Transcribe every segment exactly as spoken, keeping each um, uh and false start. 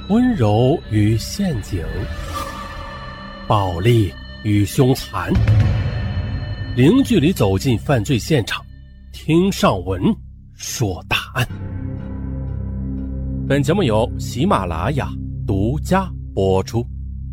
温柔与陷阱，暴力与凶残，零距离走进犯罪现场，听上文说大案。本节目由喜马拉雅独家播出。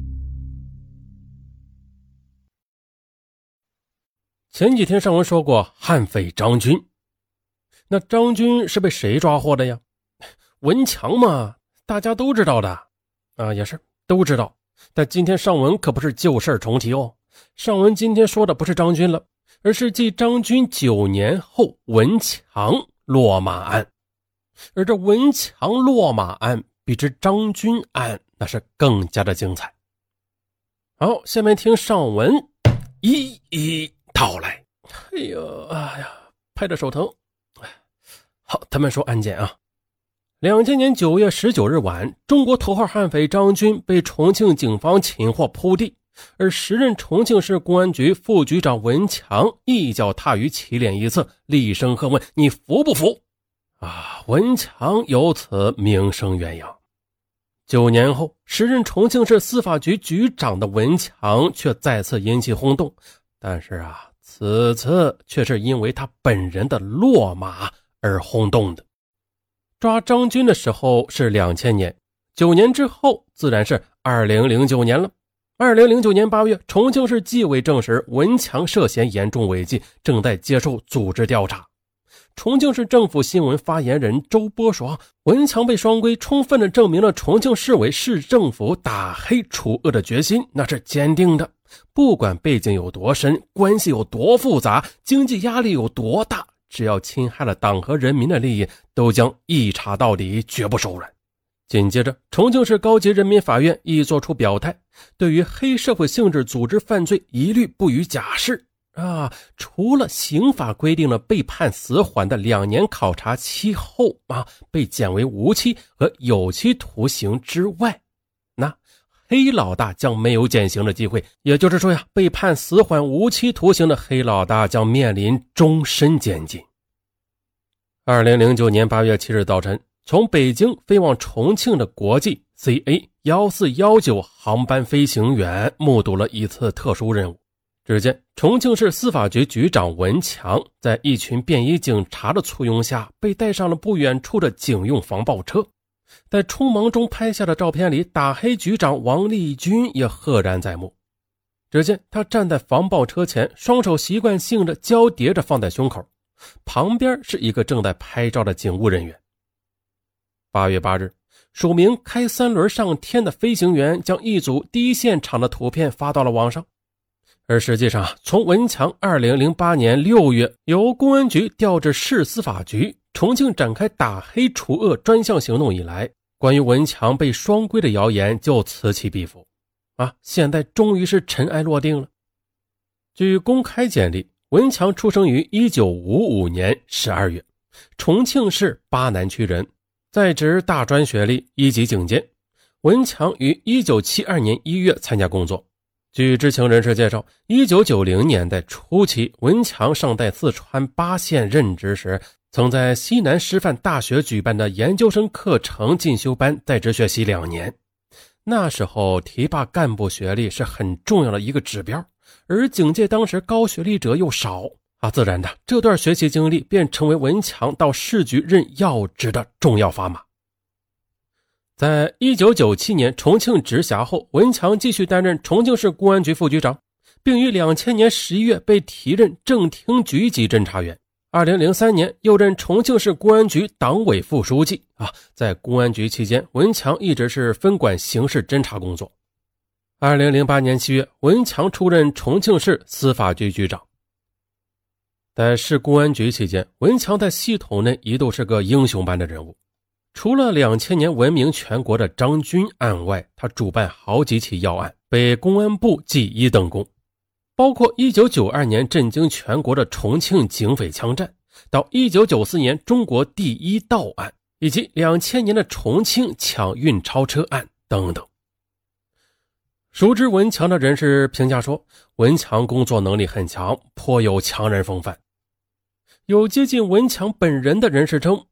前几天上文说过悍匪张军，那张军是被谁抓获的呀？文强嘛，大家都知道的啊，也是都知道。但今天上文可不是旧事重提哦，上文今天说的不是张军了，而是继张军九年后文强落马案。而这文强落马案比之张军案那是更加的精彩。好，下面听上文一一道来。哎呦，哎呀，拍着手疼。好，咱们说案件啊。两千年九月十九日晚，中国头号悍匪张军被重庆警方擒获扑地，而时任重庆市公安局副局长文强一脚踏于其脸一侧，厉声喝问：你服不服？啊，文强由此名声远扬。九年后，时任重庆市司法局局长的文强却再次引起轰动，但是啊，此次却是因为他本人的落马而轰动的。抓张军的时候是两千年，九年之后自然是二零零九年了。二零零九年八月，重庆市纪委证实文强涉嫌严重违纪，正在接受组织调查。重庆市政府新闻发言人周波说，文强被双规充分地证明了重庆市委市政府打黑除恶的决心，那是坚定的。不管背景有多深，关系有多复杂，经济压力有多大，只要侵害了党和人民的利益，都将一查到底，绝不手软。紧接着，重庆市高级人民法院亦作出表态，对于黑社会性质组织犯罪一律不予假释啊！除了刑法规定了被判死缓的两年考察期后啊被减为无期和有期徒刑之外，那黑老大将没有减刑的机会，也就是说呀，被判死缓无期徒刑的黑老大将面临终身监禁。二零零九年八月七日早晨，从北京飞往重庆的国际 C A 一四一九 航班飞行员目睹了一次特殊任务。只见重庆市司法局局长文强在一群便衣警察的簇拥下，被带上了不远处的警用防暴车。在匆忙中拍下的照片里，打黑局长王立军也赫然在目。只见他站在防暴车前，双手习惯性的交叠着放在胸口，旁边是一个正在拍照的警务人员。八月八日，署名开三轮上天的飞行员将一组第一现场的图片发到了网上。而实际上，从文强二零零八年六月由公安局调至市司法局重庆展开打黑除恶专项行动以来，关于文强被双规的谣言就此起彼伏啊，现在终于是尘埃落定了。据公开简历，文强出生于一九五五年十二月，重庆市巴南区人，在职大专学历，一级警监。文强于一九七二年一月参加工作。据知情人士介绍，一九九零年代初期，文强尚在四川巴县任职时，曾在西南师范大学举办的研究生课程进修班在职学习两年。那时候提拔干部学历是很重要的一个指标，而警界当时高学历者又少啊，自然的，这段学习经历便成为文强到市局任要职的重要砝码。在一九九七年重庆直辖后，文强继续担任重庆市公安局副局长，并于两千年十一月被提任正厅局级侦查员。二零零三年又任重庆市公安局党委副书记啊，在公安局期间，文强一直是分管刑事侦查工作。二零零八年七月，文强出任重庆市司法局局长。在市公安局期间，文强在系统内一度是个英雄般的人物。除了两千年闻名全国的张军案外，他主办好几起要案，被公安部记一等功，包括一九九二年震惊全国的重庆警匪枪战，到一九九四年中国第一盗案，以及两千年的重庆抢运超车案等等。熟知文强的人士评价说，文强工作能力很强，颇有强人风范。有接近文强本人的人士称，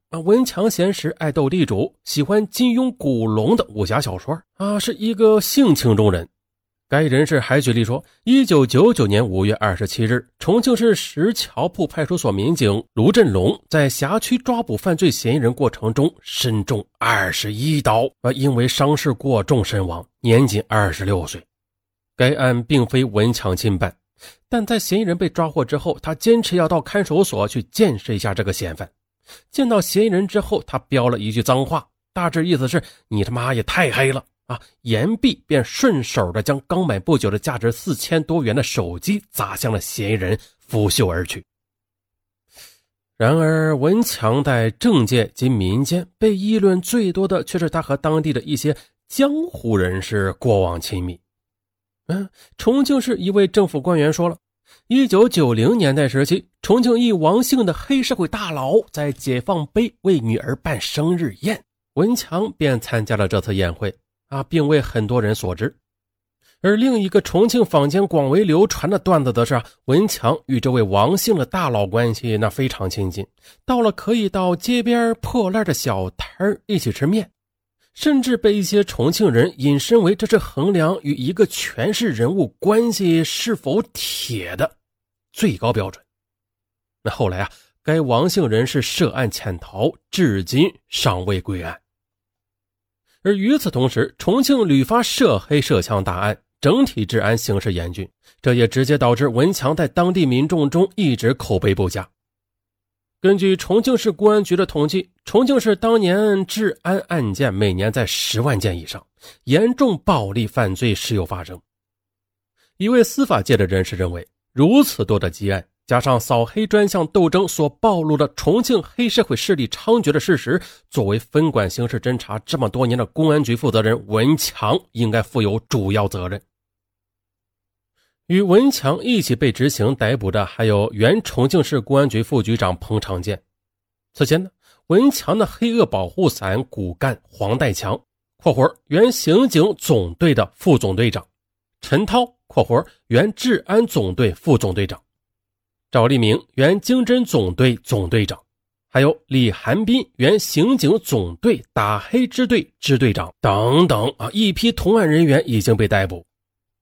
啊，文强闲时爱斗地主，喜欢金庸、古龙的武侠小说啊，是一个性情中人。该人士还举例说，一九九九年五月二十七日，重庆市石桥铺派出所民警卢振龙在辖区抓捕犯罪嫌疑人过程中身中二十一刀，啊，因为伤势过重身亡，年仅二十六岁。该案并非文强亲办，但在嫌疑人被抓获之后，他坚持要到看守所去见识一下这个嫌犯。见到嫌疑人之后，他飙了一句脏话，大致意思是你他妈也太黑了啊！言毕便顺手的将刚买不久的价值四千多元的手机砸向了嫌疑人，拂袖而去。然而文强在政界及民间被议论最多的却是他和当地的一些江湖人士过往亲密。嗯，重庆市一位政府官员说了，一九九零年代时期，重庆一王姓的黑社会大佬在解放碑为女儿办生日宴，文强便参加了这次宴会啊，并为很多人所知。而另一个重庆坊间广为流传的段子则是，文强与这位王姓的大佬关系那非常亲近，到了可以到街边破烂的小摊一起吃面，甚至被一些重庆人引申为这是衡量与一个权势人物关系是否铁的最高标准。那后来啊，该王姓人士涉案潜逃，至今尚未归案。而与此同时，重庆屡发涉黑涉枪大案，整体治安形势严峻，这也直接导致文强在当地民众中一直口碑不佳。根据重庆市公安局的统计，重庆市当年治安案件每年在十万件以上，严重暴力犯罪时有发生。一位司法界的人士认为，如此多的积案，加上扫黑专项斗争所暴露的重庆黑社会势力猖獗的事实，作为分管刑事侦查这么多年的公安局负责人文强应该负有主要责任。与文强一起被执行逮捕的还有原重庆市公安局副局长彭长健。此前呢，文强的黑恶保护伞骨干黄代强（括弧原刑警总队的副总队长），陈涛（括弧原治安总队副总队长），赵立明原经侦总队总队长，还有李寒斌原刑警总队打黑支队支队长等等啊，一批同案人员已经被逮捕。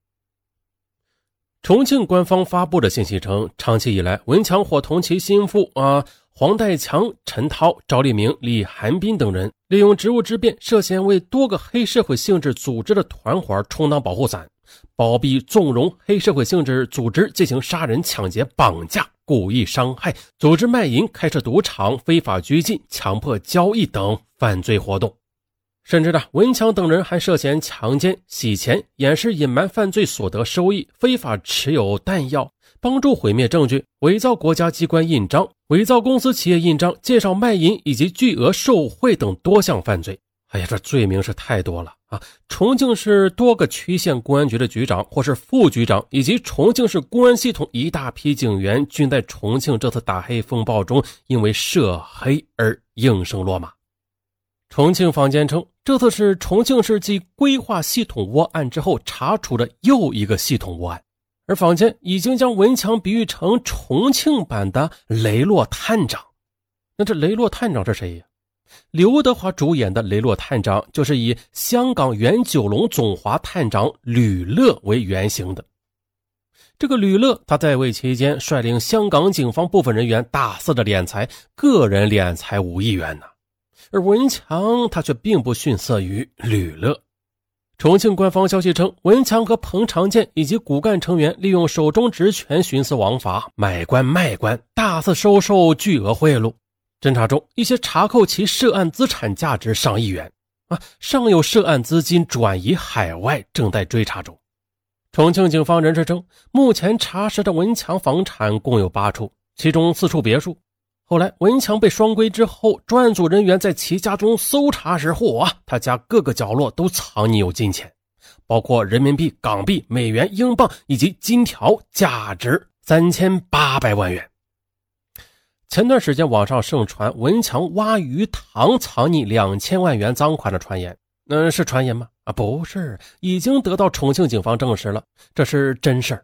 重庆官方发布的信息称，长期以来，文强伙同其心腹啊黄代强、陈涛、赵立明、李寒斌等人，利用职务之便，涉嫌为多个黑社会性质组织的团伙充当保护伞，包庇纵容黑社会性质组织进行杀人、抢劫、绑架、故意伤害、组织卖淫、开设赌场、非法拘禁、强迫交易等犯罪活动。甚至呢，文强等人还涉嫌强奸、洗钱、掩饰隐瞒犯罪所得收益、非法持有弹药、帮助毁灭证据、伪造国家机关印章、伪造公司企业印章、介绍卖淫以及巨额受贿等多项犯罪。哎呀，这罪名是太多了啊！重庆市多个区县公安局的局长或是副局长，以及重庆市公安系统一大批警员，均在重庆这次打黑风暴中因为涉黑而应声落马。重庆坊间称，这次是重庆市继规划系统窝案之后查处的又一个系统窝案，而坊间已经将文强比喻成重庆版的雷洛探长。那这雷洛探长是谁呀？刘德华主演的雷洛探长就是以香港原九龙总华探长吕乐为原型的。这个吕乐他在位期间率领香港警方部分人员大肆的敛财，个人敛财五亿元呢。而文强他却并不逊色于吕乐。重庆官方消息称，文强和彭长健以及骨干成员利用手中职权徇私枉法，买官卖官，大肆收受巨额贿赂。侦查中，一些查扣其涉案资产价值上亿元啊，尚有涉案资金转移海外，正在追查中。重庆警方人士称，目前查实的文强房产共有八处，其中四处别墅。后来文强被双规之后，专案组人员在其家中搜查时，嚯啊，他家各个角落都藏匿有金钱，包括人民币、港币、美元、英镑以及金条，价值三千八百万元。前段时间网上盛传文强挖鱼塘藏匿两千万元赃款的传言，那是传言吗？啊，不是，已经得到重庆警方证实了，这是真事儿。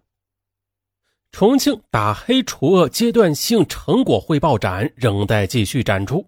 重庆打黑除恶阶段性成果汇报展仍在继续展出。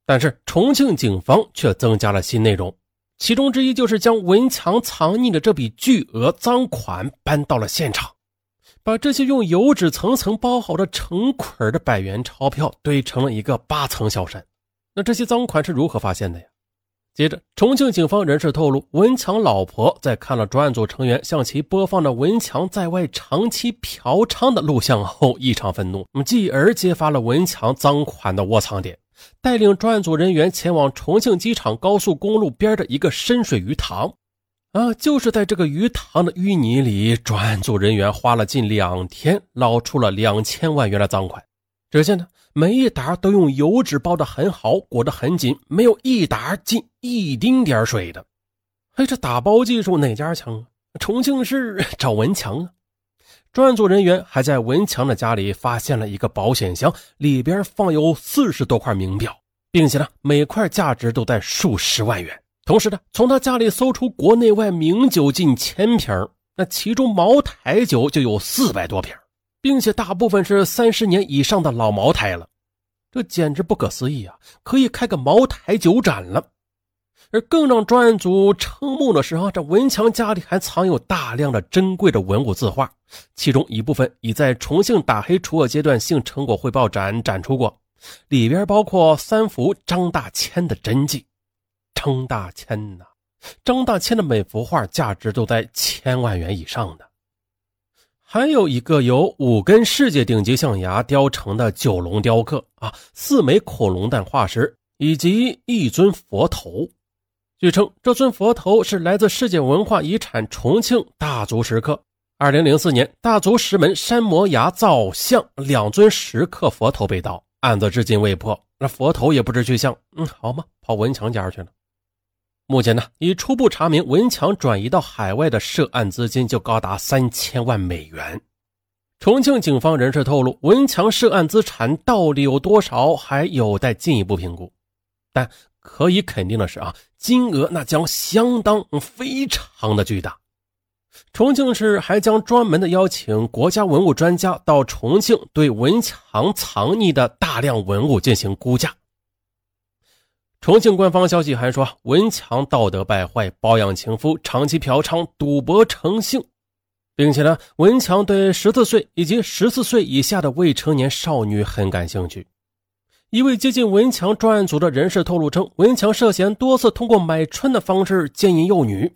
但是重庆警方却增加了新内容，其中之一就是将文强藏匿的这笔巨额赃款搬到了现场，把这些用油纸层层包好的成捆的百元钞票堆成了一个八层小山。那这些赃款是如何发现的呀？接着重庆警方人士透露，文强老婆在看了专案组成员向其播放的文强在外长期嫖娼的录像后异常愤怒，继而揭发了文强赃款的窝藏点，带领专案组人员前往重庆机场高速公路边的一个深水鱼塘啊，就是在这个鱼塘的淤泥里，专案组人员花了近两天捞出了两千万元的赃款。只见呢，每一沓都用油纸包得很好，裹得很紧，没有一沓进一丁点水的。嘿，这打包技术哪家强啊？重庆市找文强啊！专案组人员还在文强的家里发现了一个保险箱，里边放有四十多块名表，并且呢，每块价值都在数十万元。同时呢，从他家里搜出国内外名酒近千瓶，那其中茅台酒就有四百多瓶，并且大部分是三十年以上的老茅台了。这简直不可思议啊，可以开个茅台酒展了。而更让专案组瞠目的是啊，这文强家里还藏有大量的珍贵的文物字画，其中一部分已在重庆打黑除恶阶段性成果汇报展展出过，里边包括三幅张大千的真迹。张大千呐、啊，张大千的每幅画价值都在千万元以上的。还有一个由五根世界顶级象牙雕成的九龙雕刻啊，四枚恐龙蛋化石以及一尊佛头。据称这尊佛头是来自世界文化遗产重庆大足石刻。二零零四年大足石门山摩崖造像两尊石刻佛头被盗，案子至今未破，那佛头也不知去向。嗯，好嘛，跑文强家去了。目前呢，已初步查明文强转移到海外的涉案资金就高达三千万美元。重庆警方人士透露，文强涉案资产到底有多少还有待进一步评估，但可以肯定的是啊，金额那将相当非常的巨大。重庆市还将专门的邀请国家文物专家到重庆对文强藏匿的大量文物进行估价。重庆官方消息还说，文强道德败坏，包养情夫，长期嫖娼，赌博成性，并且呢，文强对十四岁以及十四岁以下的未成年少女很感兴趣。一位接近文强专案组的人士透露称，文强涉嫌多次通过买春的方式奸淫幼女。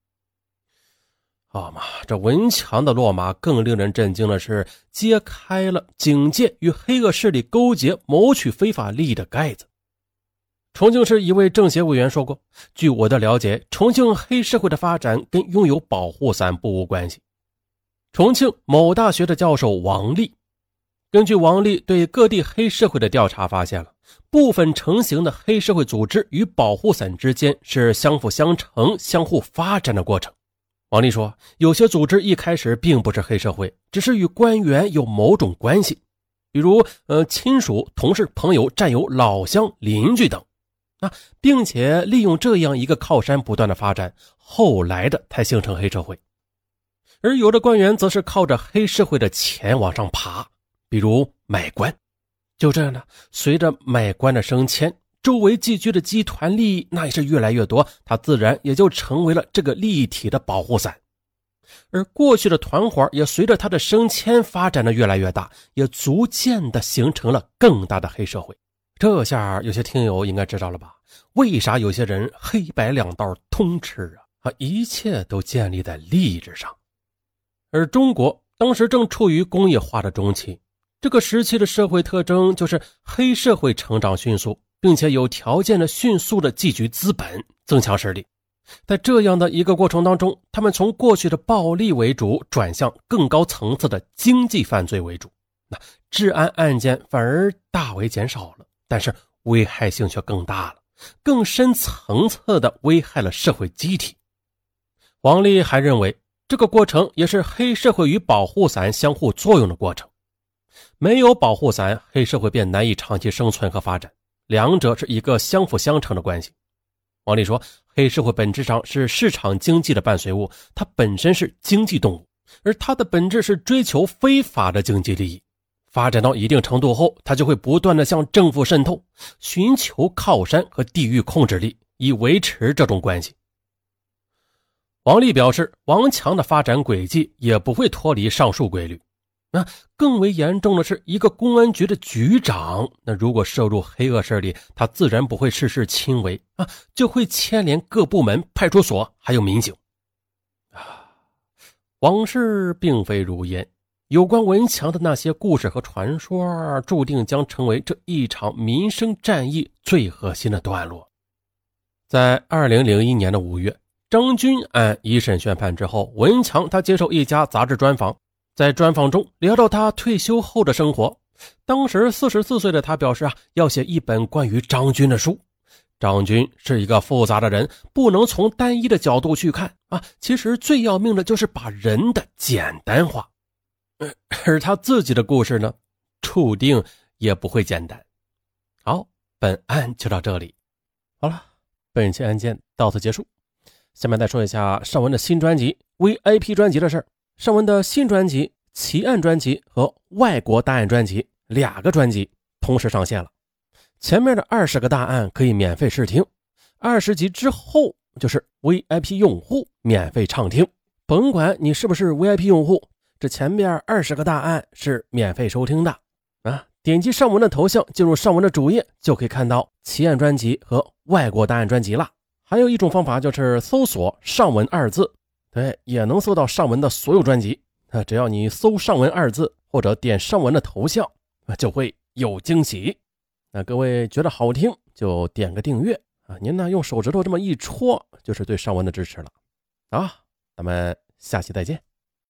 好嘛，这文强的落马更令人震惊的是，揭开了警界与黑恶势力勾结谋取非法利益的盖子。重庆市一位政协委员说过，据我的了解，重庆黑社会的发展跟拥有保护伞不无关系。重庆某大学的教授王丽，根据王丽对各地黑社会的调查发现了，部分成型的黑社会组织与保护伞之间是相辅相成、相互发展的过程。王丽说，有些组织一开始并不是黑社会，只是与官员有某种关系，比如呃亲属、同事、朋友、战友、老乡、邻居等。啊，并且利用这样一个靠山不断的发展，后来的才形成黑社会。而有的官员则是靠着黑社会的钱往上爬，比如买官。就这样呢，随着买官的升迁，周围寄居的集团利益那也是越来越多，他自然也就成为了这个利益体的保护伞。而过去的团伙也随着他的升迁发展的越来越大，也逐渐的形成了更大的黑社会。这下有些听友应该知道了吧？为啥有些人黑白两道通吃啊？啊，一切都建立在利益之上。而中国当时正处于工业化的中期，这个时期的社会特征就是黑社会成长迅速，并且有条件的迅速的积聚资本，增强实力。在这样的一个过程当中，他们从过去的暴力为主，转向更高层次的经济犯罪为主。那治安案件反而大为减少了，但是危害性却更大了，更深层次的危害了社会机体。王丽还认为，这个过程也是黑社会与保护伞相互作用的过程。没有保护伞，黑社会便难以长期生存和发展，两者是一个相辅相成的关系。王丽说，黑社会本质上是市场经济的伴随物，它本身是经济动物，而它的本质是追求非法的经济利益。 发展到一定程度后，他就会不断的向政府渗透，寻求靠山和地域控制力，以维持这种关系。王丽表示，王强的发展轨迹也不会脱离上述规律。那更为严重的是，一个公安局的局长，那如果涉入黑恶势力，他自然不会事事轻微啊，就会牵连各部门、派出所还有民警。啊，往事并非如烟，有关文强的那些故事和传说，注定将成为这一场民生战役最核心的段落。在二零零一年的五月，张军案一审宣判之后，文强他接受一家杂志专访，在专访中聊到他退休后的生活。当时四十四岁的他表示啊，要写一本关于张军的书。张军是一个复杂的人，不能从单一的角度去看啊，其实最要命的就是把人的简单化。而他自己的故事呢，注定也不会简单。好，本案就到这里。好了，本期案件到此结束。下面再说一下尚文的新专辑 V I P 专辑的事儿。尚文的新专辑奇案专辑和外国大案专辑两个专辑同时上线了。前面的二十个大案可以免费试听，二十集之后就是 V I P 用户免费畅听。甭管你是不是 V I P 用户，这前面二十个大案是免费收听的啊！点击尚文的头像进入尚文的主页，就可以看到奇案专辑和外国大案专辑了。还有一种方法就是搜索尚文二字，对，也能搜到尚文的所有专辑。啊，只要你搜尚文二字或者点尚文的头像，就会有惊喜。那各位觉得好听就点个订阅啊，您呢用手指头这么一戳，就是对尚文的支持了。啊，咱们下期再见。